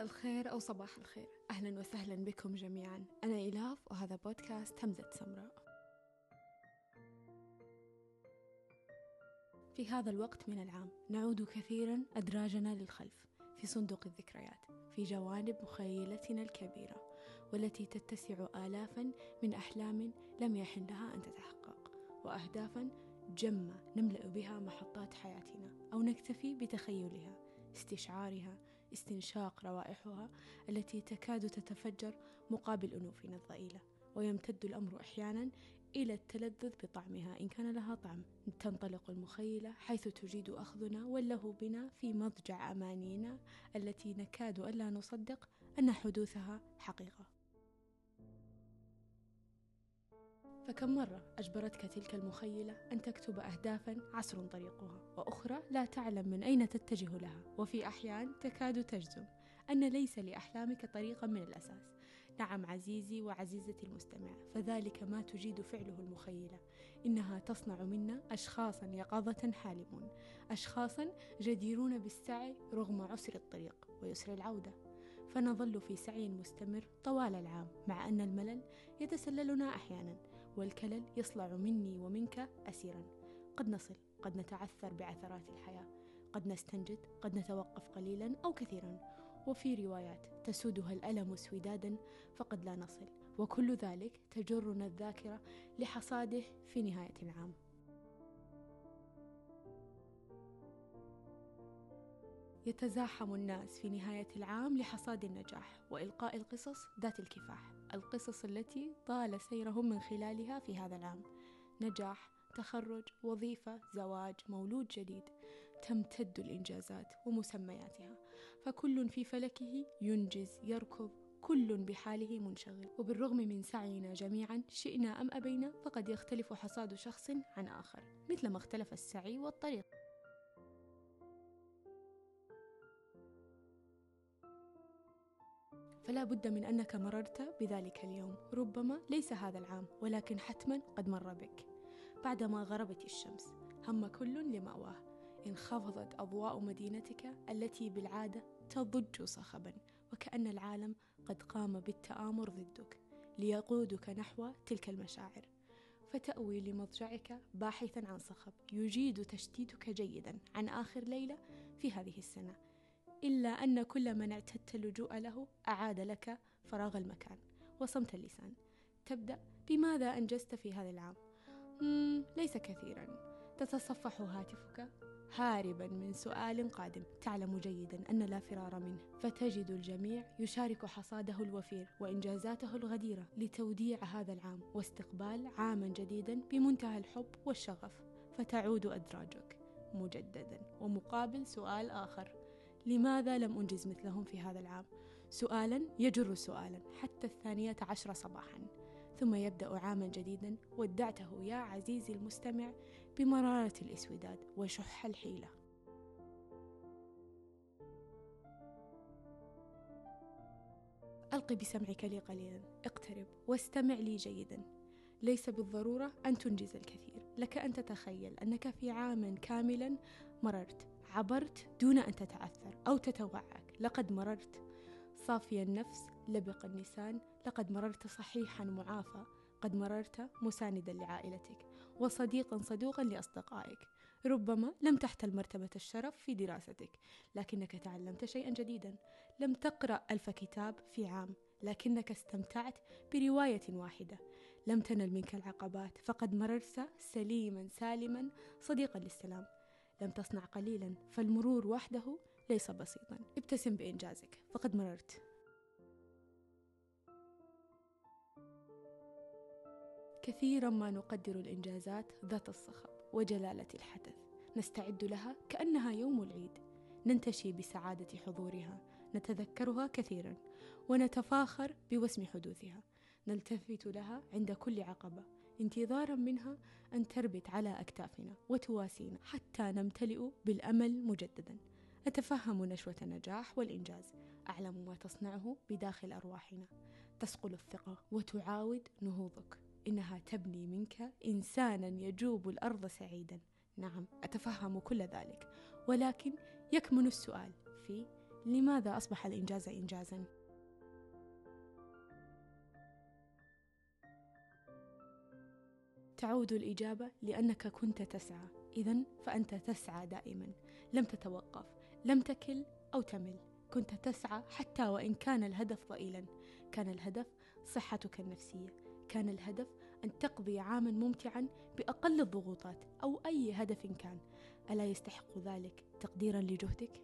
الخير أو صباح الخير، أهلا وسهلا بكم جميعا. أنا إلاف وهذا بودكاست همزة سمراء. في هذا الوقت من العام نعود كثيرا أدراجنا للخلف في صندوق الذكريات، في جوانب مخيلتنا الكبيرة والتي تتسع آلافا من أحلام لم يحن لها أن تتحقق، وأهدافا جمة نملأ بها محطات حياتنا أو نكتفي بتخيلها، استشعارها، استنشاق روائحها التي تكاد تتفجر مقابل أنوفنا الضئيلة. ويمتد الأمر أحيانا إلى التلذذ بطعمها إن كان لها طعم. تنطلق المخيلة حيث تجيد أخذنا واللهو بنا في مضجع أمانينا التي نكاد ألا نصدق أن حدوثها حقيقة. فكم مرة أجبرتك تلك المخيلة أن تكتب أهدافا عسر طريقها، وأخرى لا تعلم من أين تتجه لها، وفي أحيان تكاد تجزم أن ليس لأحلامك طريقا من الأساس. نعم عزيزي وعزيزتي المستمع، فذلك ما تجيد فعله المخيلة. إنها تصنع منا أشخاصا يقظة حالمون، أشخاصا جديرون بالسعي رغم عسر الطريق ويسر العودة. فنظل في سعي مستمر طوال العام، مع أن الملل يتسللنا أحيانا، والكلل يصلع مني ومنك أسيرا. قد نصل، قد نتعثر بعثرات الحياة، قد نستنجد، قد نتوقف قليلا أو كثيرا، وفي روايات تسودها الألم سودادا فقد لا نصل، وكل ذلك تجرنا الذاكرة لحصاده في نهاية العام. يتزاحم الناس في نهاية العام لحصاد النجاح وإلقاء القصص ذات الكفاح، القصص التي طال سيرهم من خلالها في هذا العام. نجاح، تخرج، وظيفة، زواج، مولود جديد. تمتد الإنجازات ومسمياتها، فكل في فلكه ينجز يركض، كل بحاله منشغل. وبالرغم من سعينا جميعا شئنا أم أبينا فقد يختلف حصاد شخص عن آخر، مثلما اختلف السعي والطريق. فلا بد من أنك مررت بذلك اليوم، ربما ليس هذا العام ولكن حتما قد مر بك. بعدما غربت الشمس هم كل لمأواه، انخفضت أضواء مدينتك التي بالعادة تضج صخبا، وكأن العالم قد قام بالتآمر ضدك ليقودك نحو تلك المشاعر، فتأوي لمضجعك باحثا عن صخب يجيد تشتيتك جيدا عن آخر ليلة في هذه السنة. إلا أن كل من اعتدت اللجوء له أعاد لك فراغ المكان وصمت اللسان. تبدأ بماذا أنجزت في هذا العام؟ ليس كثيرا. تتصفح هاتفك هاربا من سؤال قادم تعلم جيدا أن لا فرار منه، فتجد الجميع يشارك حصاده الوفير وإنجازاته الغديرة لتوديع هذا العام واستقبال عاما جديدا بمنتهى الحب والشغف. فتعود أدراجك مجددا ومقابل سؤال آخر: لماذا لم أنجز مثلهم في هذا العام؟ سؤالا يجر سؤالا حتى 12 صباحا، ثم يبدأ عاما جديدا ودعته يا عزيزي المستمع بمرارة الإسوداد وشح الحيلة. ألقي بسمعك لي قليلا، اقترب واستمع لي جيدا. ليس بالضرورة أن تنجز الكثير، لك أن تتخيل أنك في عام كاملا عبرت دون أن تتعثر أو تتوعك. لقد مررت صافي النفس لبق اللسان، لقد مررت صحيحا معافى، قد مررت مساندا لعائلتك وصديقا صدوقا لأصدقائك. ربما لم تحتل مرتبة الشرف في دراستك، لكنك تعلمت شيئا جديدا. لم تقرأ 1000 كتاب في عام، لكنك استمتعت برواية واحدة. لم تنل منك العقبات، فقد مررت سليما سالما صديقا للسلام. لم تصنع قليلا، فالمرور وحده ليس بسيطا. ابتسم بإنجازك، فقد مررت. كثيرا ما نقدر الإنجازات ذات الصخب وجلالة الحدث، نستعد لها كأنها يوم العيد، ننتشي بسعادة حضورها، نتذكرها كثيرا ونتفاخر بوسم حدوثها، نلتفت لها عند كل عقبة انتظارا منها أن تربت على أكتافنا وتواسينا حتى نمتلئ بالأمل مجددا. أتفهم نشوة النجاح والإنجاز، أعلم ما تصنعه بداخل أرواحنا. تسقل الثقة وتعاود نهوضك، إنها تبني منك إنسانا يجوب الأرض سعيدا. نعم أتفهم كل ذلك، ولكن يكمن السؤال في لماذا أصبح الإنجاز إنجازاً؟ تعود الإجابة لأنك كنت تسعى، إذن فأنت تسعى دائما، لم تتوقف، لم تكل أو تمل، كنت تسعى حتى وإن كان الهدف ضئيلا. كان الهدف صحتك النفسية، كان الهدف أن تقضي عاما ممتعا بأقل الضغوطات أو أي هدف كان. ألا يستحق ذلك تقديرا لجهدك؟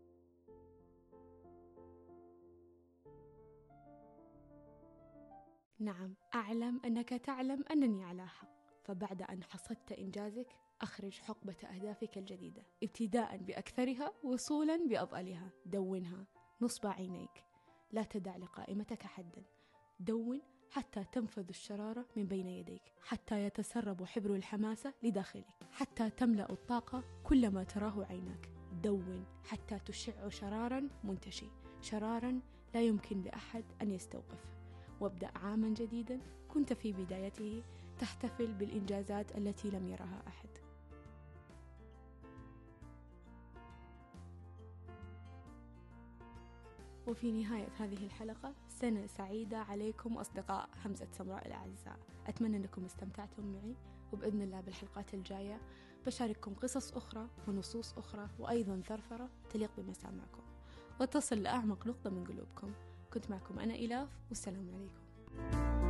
نعم، أعلم أنك تعلم أنني على حق. فبعد أن حصدت إنجازك، أخرج حقبة أهدافك الجديدة، ابتداء بأكثرها وصولا بأضألها. دونها نصب عينيك، لا تدع لقائمتك حدا. دون حتى تنفذ الشرارة من بين يديك، حتى يتسرب حبر الحماسة لداخلك، حتى تملأ الطاقة كلما تراه عيناك. دون حتى تشع شرارا منتشي، شرارا لا يمكن لأحد أن يستوقفه. وابدأ عاما جديدا كنت في بدايته، تحتفل بالإنجازات التي لم يرها أحد. وفي نهاية هذه الحلقة، سنة سعيدة عليكم أصدقاء همزة سمراء الأعزاء. أتمنى أنكم استمتعتم معي، وبإذن الله بالحلقات الجاية بشارككم قصص أخرى ونصوص أخرى، وأيضا ثرثرة تليق بمسامعكم وتصل لأعمق نقطة من قلوبكم. كنت معكم أنا إلاف، والسلام عليكم.